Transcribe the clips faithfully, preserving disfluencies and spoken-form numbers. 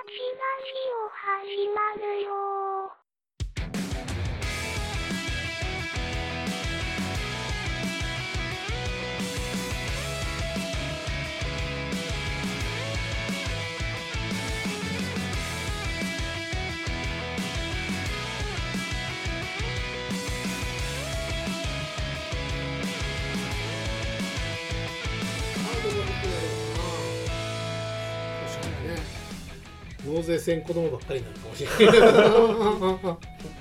始まるよ納税せん子供ばっかりになるかもしれない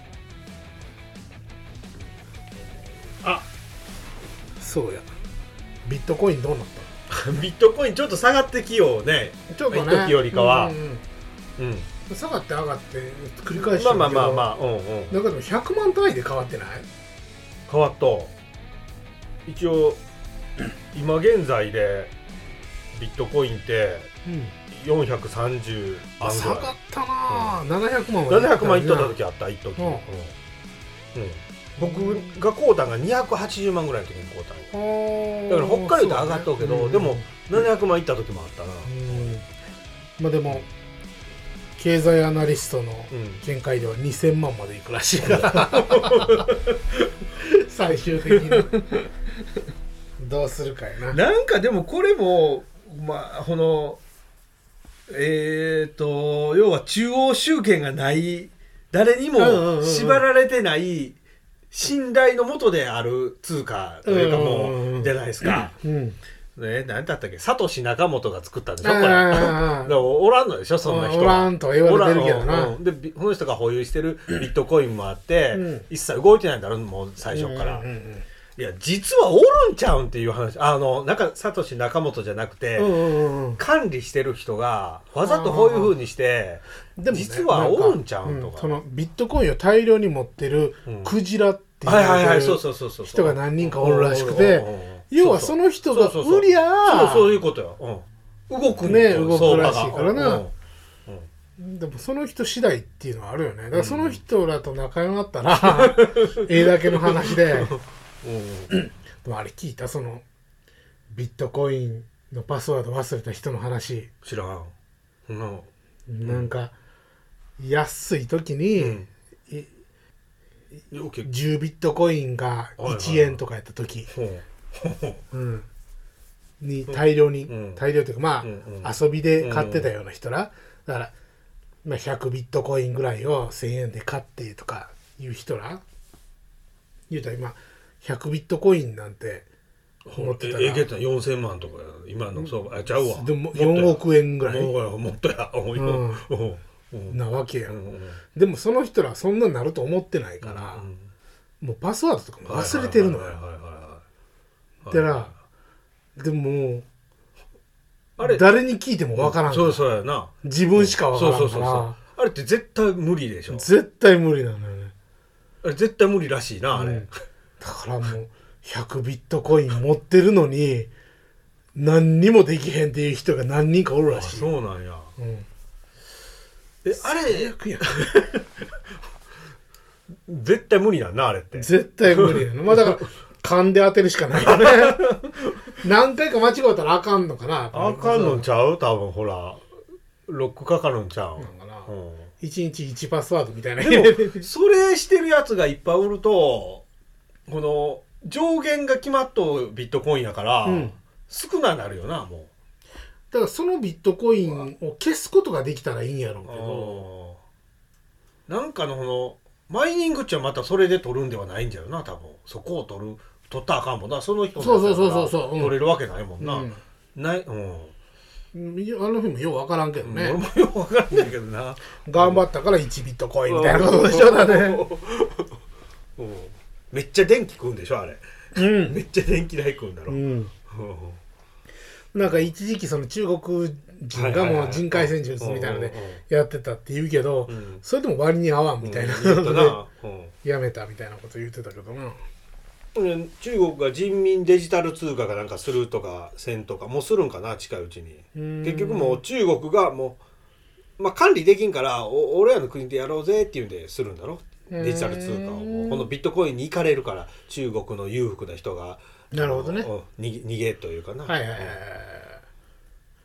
あ、そうや、ビットコインどうなったビットコインちょっと下がってきようね、 ちょっとね、 時よりかは、うんうんうん、下がって上がって繰り返してるけど、 まあまあまあまあ、うんうん、 だけどひゃくまん単位で変わってない？ 変わった。一応今現在でビットコインって、うんよんひゃくさんじゅうまんぐらい。下がったな、うん、ななひゃくまんはななひゃくまんいった時あった、一時、うんうんうん、僕が買うたんがにひゃくはちじゅうまんぐらいの時に買うたんだから北海道で上がっとうけど、ね、うん、でもななひゃくまんいった時もあったな、うん、 まあでも経済アナリストの見解ではにせんまんまでいくらしいから最終的にどうするかやな。 なんかでもこれもまあこのえーと要は中央集権がない誰にも縛られてない信頼のもとである通貨というかもうじゃないですか、うんうんね、何だったっけサトシナカモトが作ったんでしょこれだおらんのでしょそんな人はおらんとは言われてるけどな、 うん、でこの人が保有してるビットコインもあって、うん、一切動いてないんだろもう最初から、うんうんうんうんいや実はおるんちゃうんっていう話あのなんかサトシナカモトじゃなくて、うんうんうん、管理してる人がわざとこういう風にしてでも、ね、実はおるんちゃうんとか、 うん、そのビットコインを大量に持ってるクジラっていう人が何人かおるらしくて要はその人が売りゃそうそういうことよ、うん、動くね動くらしいからな、うんうん、でもその人次第っていうのはあるよねだからその人らと仲良くなったらええだけの話でうん、でもあれ聞いたそのビットコインのパスワード忘れた人の話知らん、うん、 なんか安い時に、うん、じゅうビットコインがいちえんとかやった時、うん、に大量に、うん、大量というかまあ、うんうん、遊びで買ってたような人らだから、まあ、ひゃくビットコインぐらいをせんえんで買ってとかいう人ら言うたら今ひゃくビットコインなんて思ってたらえげたよんせんまんとか今のそうあちゃうわでもよんおくえんぐらいもっとや、 うん、なわけや、うんうん、でもその人らそんなになると思ってないから、うんうん、もうパスワードとかも忘れてるのよだからでもあれ誰に聞いてもわからんから、 うん、そうそうやな自分しかわからんから、 そうそうそうそうあれって絶対無理でしょ絶対無理なのよねあれ絶対無理らしいなあれ、うんだからもうひゃくビットコイン持ってるのに何にもできへんっていう人が何人かおるらしい。 あそうなんや、うん、えあれ最悪や絶対無理なんなあれって絶対無理やなまあだから勘で当てるしかないよね何回か間違うたらあかんのかなあかんのんちゃう多分ほらロックかかるんちゃうなんかな、 うん、いちにちいちパスワードみたいなでもそれしてるやつがいっぱいおるとこの上限が決まっとビットコインやから、うん、少なくなるよなもうだからそのビットコインを消すことができたらいいんやろうけどなんかのこのマイニングっちゃまたそれで取るんではないんじゃよな多分そこを取る取ったらあかんもんなその人のやつが取れるわけないもんな、うん、ないうんあの日もよう分からんけどね、 俺もよう分からんねんけどな頑張ったからいちビットコインみたいなことでしょだねめっちゃ電気食うんでしょあれ、うん、めっちゃ電気代食うんだろ、うん、 なんか一時期その中国人がもう人海戦術みたいなのでやってたって言うけど、うん、それでも割に合わんみたいな、うん、やめたみたいなこと言ってたけどな、 うん、中国が人民デジタル通貨かなんかするとかせんとかもうするんかな近いうちに結局もう中国がもう、まあ、管理できんからお俺らの国でやろうぜっていうんでするんだろデジタル通貨をもうこのビットコインに行かれるから中国の裕福な人がなるほどね逃げというかな、 はいはいはい、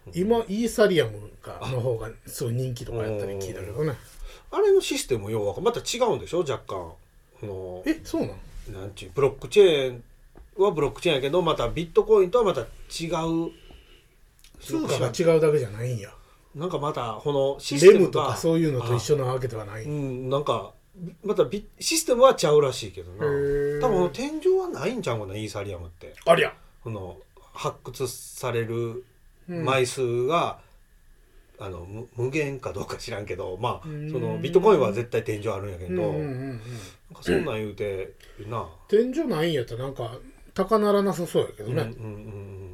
今イーサリアムがの方がすごい人気とかやったり聞いたけどね。 あれのシステム要はまた違うんでしょ若干。のえそうなんなんちゅうブロックチェーンはブロックチェーンやけどまたビットコインとはまた違う通貨が違うだけじゃないんや。 なんかまたこのシステムがレムとかそういうのと一緒なわけではない。 うん、なんかまたビシステムはちゃうらしいけどな。多分天井はないんちゃうかなイーサリアムって。 ありゃこの発掘される枚数が、うん、あの無限かどうか知らんけどまあそのビットコインは絶対天井あるんやけど、うんうんうんうん、なんかそんなん言うてな。 天井ないんやったらなんか高ならなさそうやけどね。うんうんうん、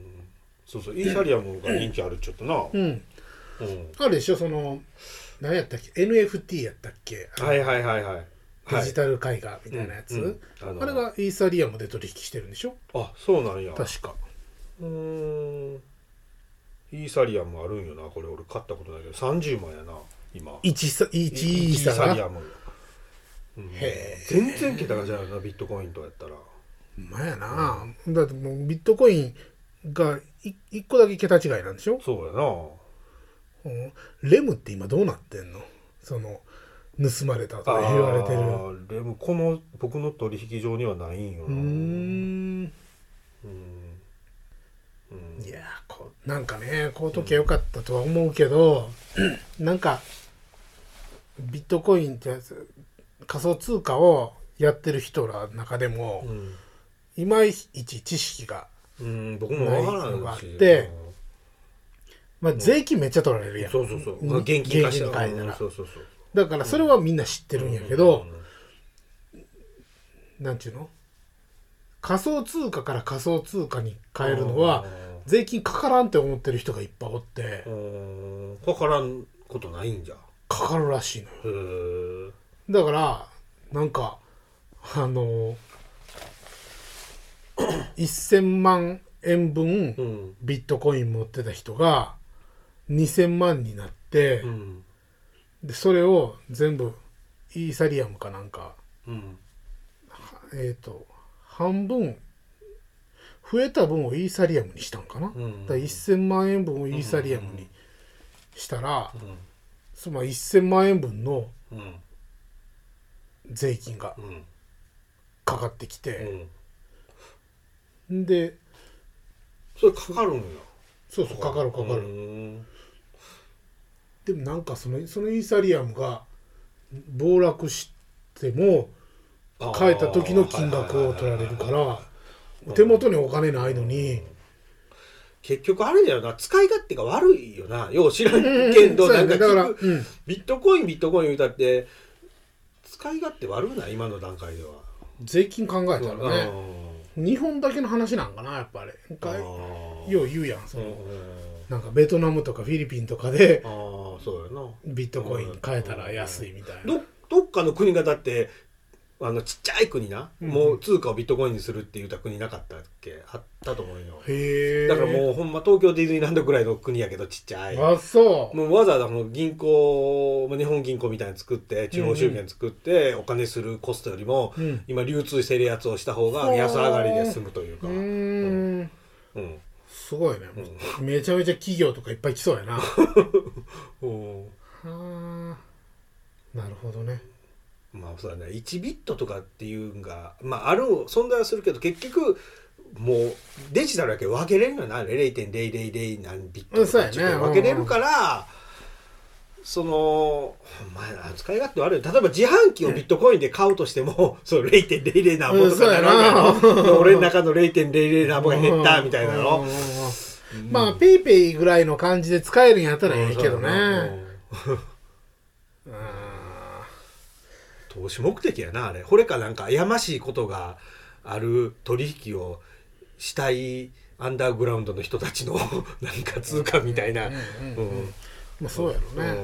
そうそうイーサリアムが人気あるっちょっとな。うん、うん、 あれでしょその何やったっけ エヌエフティー やったっけ。 はいはいはいはい。 デジタル絵画みたいなやつ、うんうん、あ, のあれがイーサリアムで取引してるんでしょ。 あそうなんや確か。 うーんイーサリアムあるんよな。これ俺買ったことないけどさんじゅうまんやな今 1, 1, 1イーサリアム、 うん、へえ全然桁が違うなビットコインとやったら。 まあやな、うん、だってもうビットコインがいいっこだけ桁違いなんでしょ。 そうやな、 うん、レムって今どうなってんの。その盗まれたとか言われてる。 あレムこの僕の取引所にはないんよな。うーんうん、いやこなんかねこうときゃよかったとは思うけど、うん、なんかビットコインってやつ仮想通貨をやってる人らの中でも、うん、いまいち知識がないのがあって、まあ、税金めっちゃ取られるやん、 そうそうそう、現金化して書いたら、そうそうそう、だからそれはみんな知ってるんやけど、うんうんうん、なんちゅうの仮想通貨から仮想通貨に変えるのは税金かからんって思ってる人がいっぱいおって、 かからんことないんじゃ。 かかるらしいのよ。だからなんかあのせんまんえんぶんビットコイン持ってた人がにせんまんになって、うん、でそれを全部イーサリアムかなんか、うん、えっと半分増えた分をイーサリアムにしたんかな、うん、だからせんまんえんぶんをイーサリアムにしたら、うん、そのせんまんえんぶんの税金がかかってきて、うん、でそれかかるんや。 そうそうかかるかかる。でもなんかそのそのイーサリアムが暴落しても変えた時の金額を取られるから手元にお金ないのに、 結局あれだよな、使い勝手が悪いよな。よう知らんけど、うんうん、なんか、ね、だから、うん、ビットコインビットコイン言うたって使い勝手悪ない今の段階では。 税金考えたらね、日本だけの話なんかなやっぱあれ。よう言うやんその、なんかベトナムとかフィリピンとかで、あそうやなビットコイン変えたら安いみたいな。 ど, どっかの国がだってあのちっちゃい国な、うん、もう通貨をビットコインにするって言った国なかったっけ。あったと思うよ。へえ。だからもうほんま東京ディズニーランドぐらいの国やけどちっちゃい。 あそう。 もうわざわざもう銀行日本銀行みたいに作って地方集権作ってお金するコストよりも、うん、今流通してるやつをした方が安上がりで済むというか。うーん、うんうん、すごいね、うん、めちゃめちゃ企業とかいっぱい来そうやな。おはあ、なるほどね。 まあそうだね、いちビットとかっていうのが、まあ、ある存在はするけど結局もうデジタルだけ分けれるのよな。 ゼロてんゼロゼロゼロ 何ビットとか分けれるから、そのまあ使い勝手悪い。例えば自販機をビットコインで買うとしても、そう ゼロてんゼロゼロ 何ぼとかなるの、俺の中の ゼロてんゼロゼロ何ぼが減ったみたいなの。 まあペイペイぐらいの感じで使えるんやったらいいけどね。 投資目的やなあれ。これかなんかやましいことがある取引をしたいアンダーグラウンドの人たちのなんか通貨みたいな。 まあそうやろね、うん、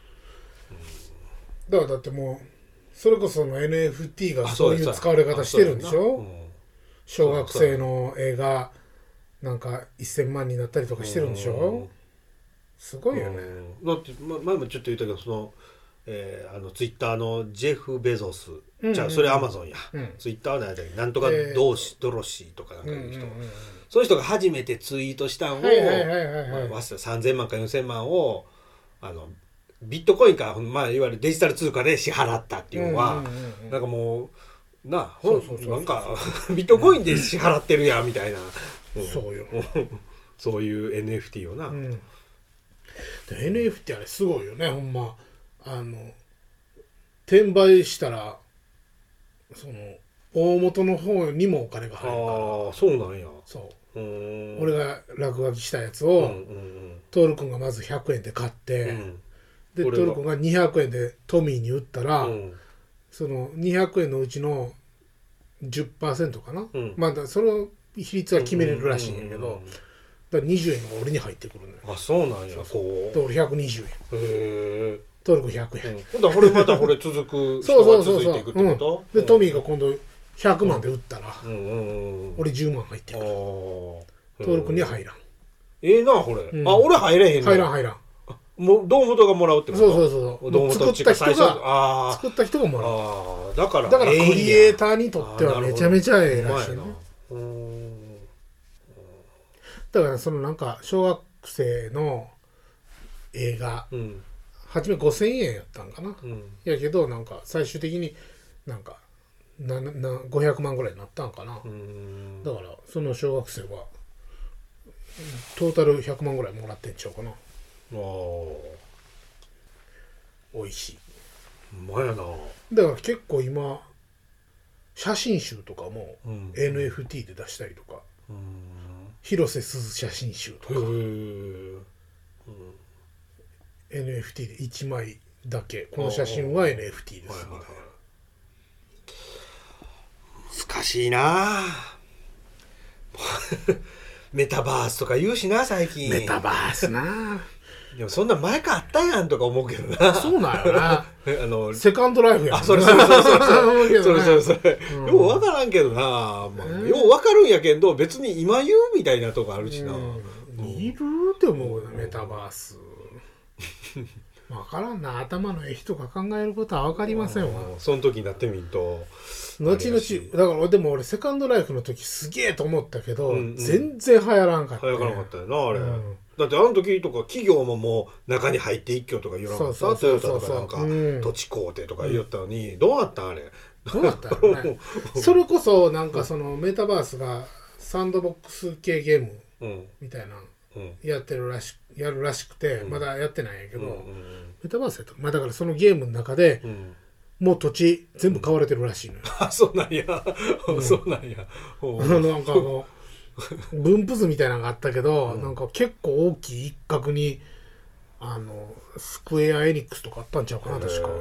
だからだってもうそれこその エヌエフティー がそういう使われ方してるんでしょ、うん、小学生の映画なんかせんまんになったりとかしてるんでしょ、うん、すごいよね、 うん、だって前もちょっと言ったけどそのえー、あのツイッターのジェフ・ベゾス、うんうん、じゃあそれアマゾンや、うん、ツイッターの間になんとかドーシ、えー、ドロシーとかなんかいう人、うんうんうん、その人が初めてツイートしたんをさんぜんまんかよんせんまんをあのビットコインか、まあ、いわゆるデジタル通貨で支払ったっていうのは、うんうんうんうん、なんかもうなあなんかビットコインで支払ってるやんみたいな、 うん、そうよそういう エヌエフティー をな、うん、 で エヌエフティー あれすごいよねほんまあの転売したらその大元の方にもお金が入るから。 ああそうなんや。 そうう俺が落書きしたやつを、うんうんうん、トール君がまずひゃくえんで買って、うん、でトール君がにひゃくえんでトミーに売ったら、うん、そのにひゃくえんのうちの じゅっパーセント かな、うん、まあその比率は決めれるらしいんやけど、うんうんうん、だからにじゅうえんが俺に入ってくるのよ。 あそうなんや。 そうで俺ひゃくにじゅうえん。へえ。トール君ひゃくえん。 ほんだらこれまたこれ続く人が続いていくってこと？ うん、でトミーが今度ひゃくまんで売ったら、うんうんうん、俺じゅうまん入ってるからトール君には入らん。 ええなこれ、うん、あ俺入れへんの？ 入らん入らん。 もう堂本がもらうってこと？ そうそうそう。堂本作った人が作った人がもらう。 あだからだからクリエイターにとってはめちゃめちゃええらしいね。うん、だからそのなんか小学生の映画、うん、初めごせんえんやったんかな、うん、やけどなんか最終的になんかななごひゃくまんぐらいになったんかな。うんだからその小学生はトータルひゃくまんぐらいもらってんちゃうかな。あおいしい。 うまいやな。 だから結構今写真集とかも エヌエフティー で出したりとか、うん、広瀬すず写真集とか、うん、エヌエフティー でいちまいだけこの写真は エヌエフティー ですみたいな。 難しいなメタバースとか言うしな最近。 メタバースなでもそんな前からあったやんとか思うけどな。 そうなんよなあのセカンドライフやん。 あそれそれそれそれそれそれそれ、うん、よう分からんけどな、まあ、よう分かるんやけど別に今言うみたいなとこあるしな、うん、 いるって思うよメタバース分からんな。頭のええ人が考えることは分かりませんわ。 その時になってみんと後々だからでも俺セカンドライフの時すげえと思ったけど、うんうん、全然流行らんかった、ね、 流行らんかったよなあれ、うん、だってあの時とか企業ももう中に入って一挙とか言わなかったトヨタとかなんか、うん、土地買うてとか言ったのに、うん、どうなったんあれどうなったのねそれこそなんかそのメタバースがサンドボックス系ゲームみたいなやってるらしやるらしくて、うん、まだやってないんやけど、うんうんうん、メタバースやったまあだからそのゲームの中で、うんもう土地全部買われてるらしいのよ、 うん、あそうなんや、うん、そうなんやなんかあの分布図みたいなのがあったけど、うん、なんか結構大きい一角にあのスクエアエニックスとかあったんちゃうかな確か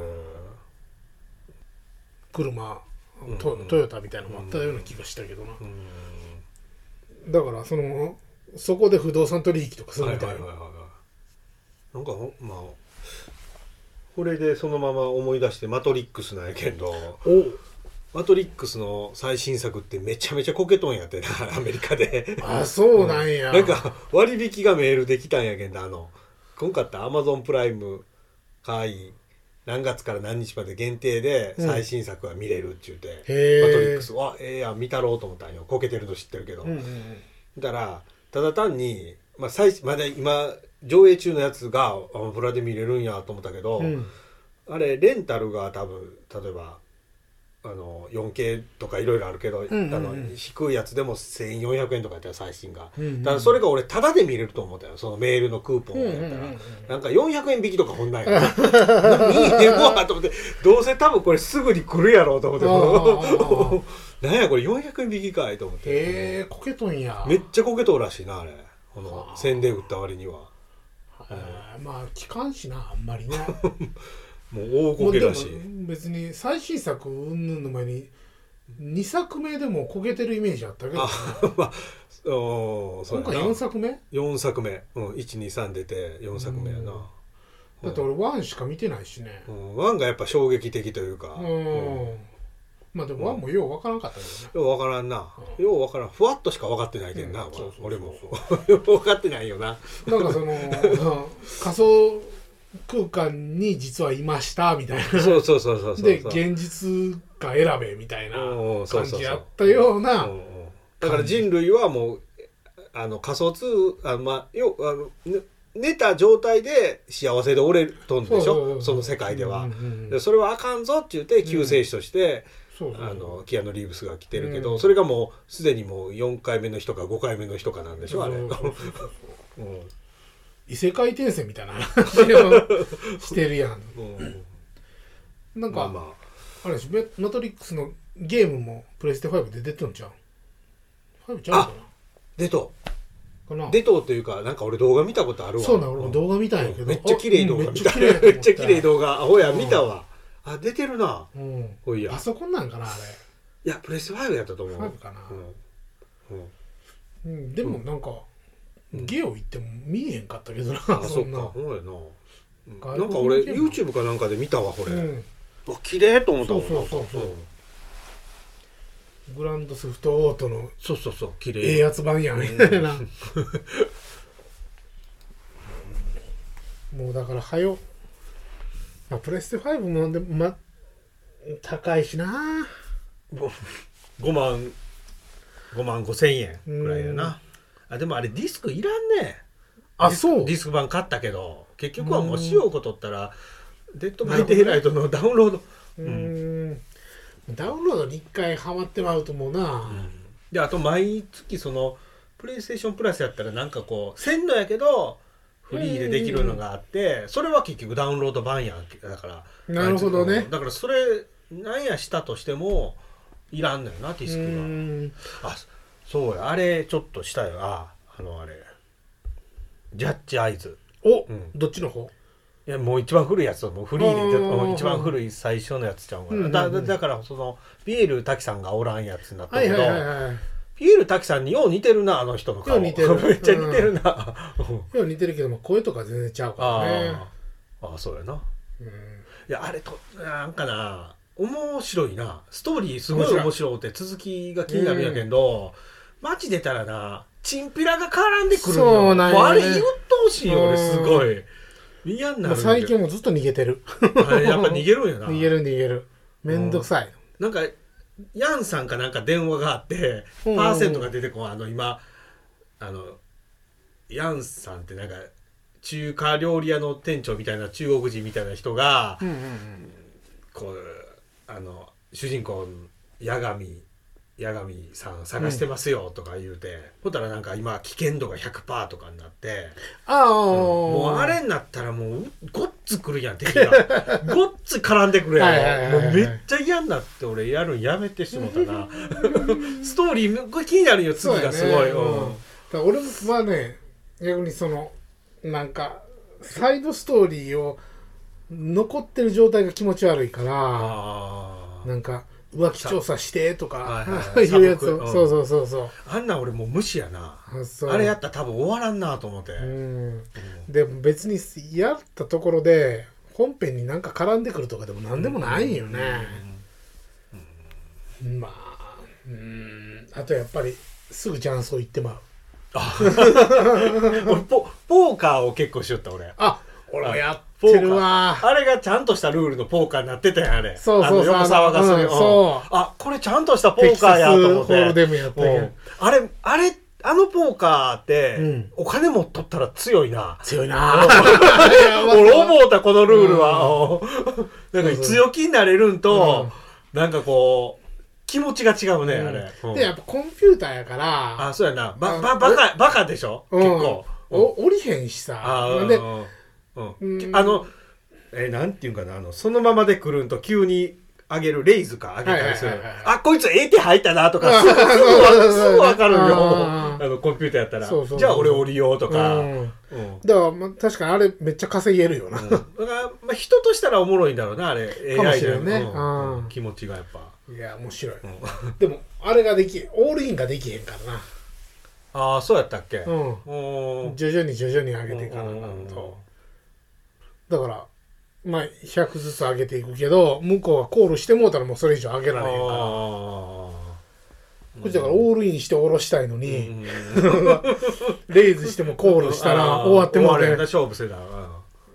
車ト、トヨタみたいなのもあったような気がしたけどな、うん、だからそのそこで不動産取引とかするみたいな、はいはいはいはい、 なんかまあこれでそのまま思い出してマトリックスなんやけどマトリックスの最新作ってめちゃめちゃコケトンやってなアメリカであそうなんや、 うん、なんか割引がメールできたんやけどあの今回ってアマゾンプライム会員何月から何日まで限定で最新作が見れるって言って、うん、マトリックスはええやん見たろうと思ったんよ。コケてるの知ってるけど、うんうんうん、だからただ単に、まあ、最まだ今上映中のやつがアマプラで見れるんやと思ったけど、うん、あれレンタルが多分例えばあの よんケー とかいろいろあるけど、うんうんうん、あの低いやつでもせんよんひゃくえんとかやったら最新が、うんうん、だからそれが俺タダで見れると思ったよそのメールのクーポンをやったら、うんうんうん、なんかよんひゃくえん引きとかほんなんや見えへんわと思ってどうせ多分これすぐに来るやろうと思ってなんやこれよんひゃくえん引きかいと思ってへえコケとんやめっちゃコケとうらしいなあれこの宣伝打った割には、 うん、まあ期間しなあんまりねもう大コケだし別に最新作うんぬんの前ににさくめでも焦げてるイメージあったけど、ね、あ、まあ、おそうやな今回よんさくめよんさくめ、うん、いちにさん出てよんさくめやな、うん、 だって俺ワンしか見てないしね、 うん、ワンがやっぱ衝撃的というか、うんうん、まあでもワンもようわからんかったけどね、 ようわからんな、うん、ようわからんふわっとしか分かってないけどな、うん、俺もよう分かってないよななんかその仮想空間に実はいましたみたいなそうそうそうそうそうで現実が選べみたいな感じやったようなだから人類はもうあの仮想通あの、まあ、よあの、ね、寝た状態で幸せでおれとんでしょその世界では、うんうん、でそれはあかんぞって言って救世主として、うん、あのキアヌ・リーブスが来てるけど、うん、それがもうすでにもうよんかいめの人かごかいめの人かなんでしょあれ異世界転生みたいな話をしてるやん、うん、なんか、まあまあ、あれでしょマトリックスのゲームもプレステファイブで出てるんちゃうファイブちゃうかな出と出とうというかなんか俺動画見たことあるわそうな俺も動画見たんやけど、うん、 めっちゃ綺麗動画見ためっちゃ綺麗動画アホや見たわ、うん、あ出てるな、 うん、おいやパソコンなんかなあれいやプレステファイブやったと思うファイブかな、うんうん、でもなんか、うん、ゲオ行っても見えへんかったけどな、 あそっかそうやななんか俺 YouTube かなんかで見たわこれ、うん、わ綺麗と思ったもんそうそうそうそう、うんグランドスフトオートのそうそうそう綺麗ええやつ版やんみたいなもうだからはよ、まあ、プレステファイブもでも、ま、高いしなごまんごまんごせんえんぐらいやなあでもあれディスクいらんねあそうディスク版買ったけど結局はもうしようことったらデッドバイデイライトのダウンロードうーんダウンロードにいっかいハマってまうと思うな、うん、 であと毎月そのプレイステーションプラスやったらなんかこうせんのやけどフリーでできるのがあってそれは結局ダウンロード版やんだからなるほどねだからそれなんやしたとしてもいらんのよなディスクがあそうやあれちょっとしたよああのあれジャッジアイズお、うん、どっちの方いやもう一番古いやつもうフリーで一番古い最初のやつちゃうから、うんうんうん、だ, だからそのピエール滝さんがおらんやつになったけど、はいはいはいはい、ピエール滝さんによう似てるなあの人の顔似てるめっちゃ似てるな、 うん、よう似てるけども声とか全然ちゃうからねああそうやな、うん、いやあれとなんかな面白いなストーリーすごい面白いって続きが気になるんやけど、うん、街出たらなチンピラが絡んでくるのそうなんや、ね、 もうあれ言っとほしいよ俺すごい嫌になる最近もずっと逃げてるあれやっぱ逃げるんやな逃げる逃げるめんどくさい、 うん、なんかヤンさんかなんか電話があってパーセントが出てこうあの今あのヤンさんってなんか中華料理屋の店長みたいな中国人みたいな人が、うんうんうん、こうあの主人公八神八神さん探してますよとか言うて、うん、ほったらなんか今危険度が ひゃくパーセント とかになってあ、うん、 もうあれになったらもうごっつくるやん敵がごっつ絡んでくるやんもうめっちゃ嫌になって俺やるんやめてしもたなストーリーこれ気になるよ次がすごい、ねうん、 だ俺はね逆にそのなんかサイドストーリーを残ってる状態が気持ち悪いからあなんか浮気調査してとかいうやつを、うん、そうそうそうそうあんな俺もう無視やな あ, あれやったら多分終わらんなと思って、うんうん、でも別にやったところで本編になんか絡んでくるとかでもなんでもないよね、うんうん、まあうんあとやっぱりすぐ雀荘行ってまう俺 ポ, ポーカーを結構しよった俺あ俺もやってるわあれがちゃんとしたルールのポーカーになってたやんあれそうそうそう横沢がする、うん、そうあこれちゃんとしたポーカーやと思ってホールデムやったんやあれあれあのポーカーって、うん、お金持っとったら強いな強いな俺思うたこのルールは、うん、なんか強気になれるんと、うん、なんかこう気持ちが違うね、うん、あれ、 うん、でやっぱコンピューターやからあそうやなばばバカバカでしょ、うん、結構、 うん、お降りへんしさあでうん、あのえなんていうんかなあのそのままで来るんと急に上げるレイズか上げたりする、はいはいはいはい、あこいつええ手入ったなとかすぐすぐ分かるよあのコンピューターやったらそうそうそうじゃあ俺降りようとか、うんうん、 だから、まあ、確かにあれめっちゃ稼げるよな、うん、だから、まあ、人としたらおもろいんだろうなあれ エーアイ で、 ねうんうん、気持ちがやっぱいや面白い、うん、でもあれができオールインができへんからなああそうやったっけ、 うん、徐々に徐々に上げていかななんとだからまあひゃくずつ上げていくけど向こうがコールしてもうたらもうそれ以上上げられへんからこっちだからオールインして下ろしたいのにレイズしてもコールしたら終わってもうて勝負せだ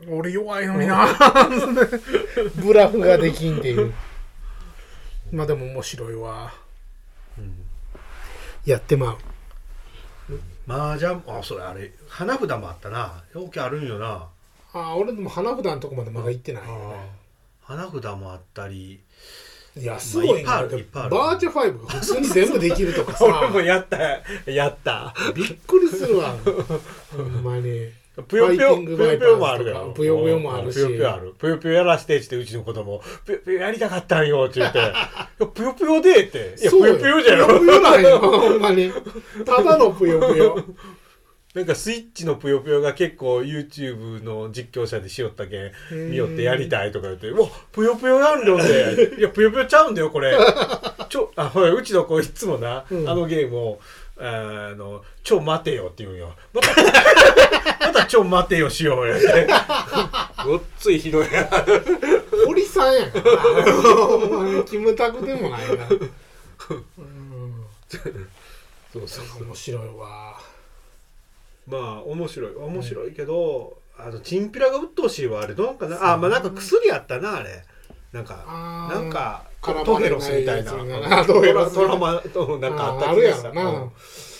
俺弱いのになブラフができんっていう。まあでも面白いわ、うん、やってまう。 麻雀、あ、それあれ花札もあったな。よくあるんよな。 あ、俺でも花札のとこまでまだ行ってないよね。 花札もあったり、 いやすごいな、まあ、バーチャファイブ普通に全部できるとかさ俺もやったやったびっくりするわほんまに。 ぷよぷよぷよぷよもあるよ。 ぷよぷよもあるし、 ぷよぷよある。ぷよぷよやらしてってうちの子供ぷよぷよやりたかったんよって言ってぷよぷよでっていやぷよぷよじゃよ。 ぷよぷよなんよほんまにただのぷよぷよ。 なんかスイッチのぷよぷよが結構 YouTube の実況者でしよったけん見よってやりたいとか言ってうわぷよぷよやんろんでいやぷよぷよちゃうんだよこれちょあほらうちの子いつもな、うん、あのゲームをあのちょ待てよって言うんよまたまたちょ待てよしようよってごっついひどいや堀さんやんかキムタクでもないなうんそうそう面白いわ。 まあ面白い面白いけど、うん、あのチンピラが鬱陶しいわあれどうなんかなあまあなんか薬あったなあれなんかなんかトゲロスみたいなトゲロストラマとなんかあった気がしたな。あ,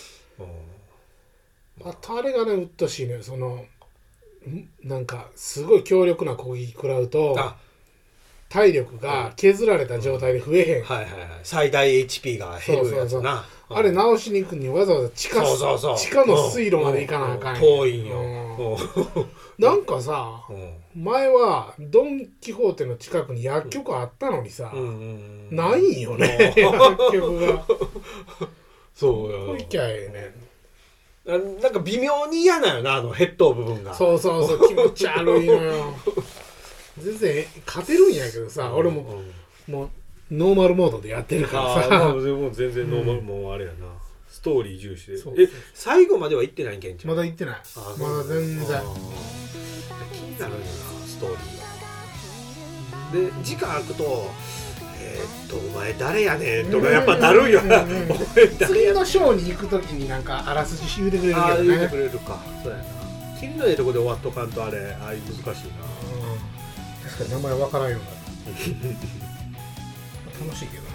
あとあれがね鬱陶しいねそのなんかすごい強力な攻撃食らうと体力が削られた状態で増えへん、うんはいはいはい、最大 エイチピー が減るやつな。そうそうそうあれ直しに行くにわざわざ地下、そうそうそう地下の水路まで行かなあかん、 うん、遠いんよ、 うん、なんかさ、うん、前はドン・キホーテの近くに薬局あったのにさ、うん、ないんよね、うん、薬局がそうよこいきゃええねなんか微妙に嫌なよなあのヘッド部分がそうそうそう気持ち悪いのよ全然勝てるんやけどさ、うん、俺も、うん、もうノーマルモードでやってるからさあ、 まあ、でも全然ノーマル、うん、もうあれやなストーリー重視でえ最後までは行ってないんけんちゃんまだ行ってないまだ全然気になるんやなストーリーがで時間空くとえー、っとお前誰やねんとかやっぱなるんよな次のショーに行くときになんかあらすじ言うてくれるけどねあ言うてくれるかそうやな金のええとこで終わっとかんとあれああいう難しいな、うん、 確かに名前わからんようになる楽しいけどね。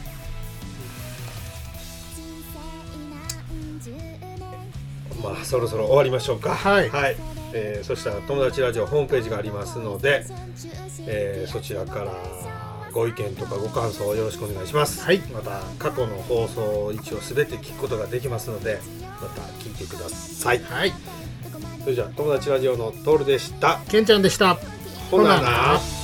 まあそろそろ終わりましょうか。 はい。 はい。えー、そしたら友達ラジオホームページがありますので、えー、そちらからご意見とかご感想をよろしくお願いします。 はい。 また過去の放送一応すべて聞くことができますので、また聞いてください。 はい。 それじゃあ友達ラジオのトールでした。 ケンちゃんでした。 ほなな。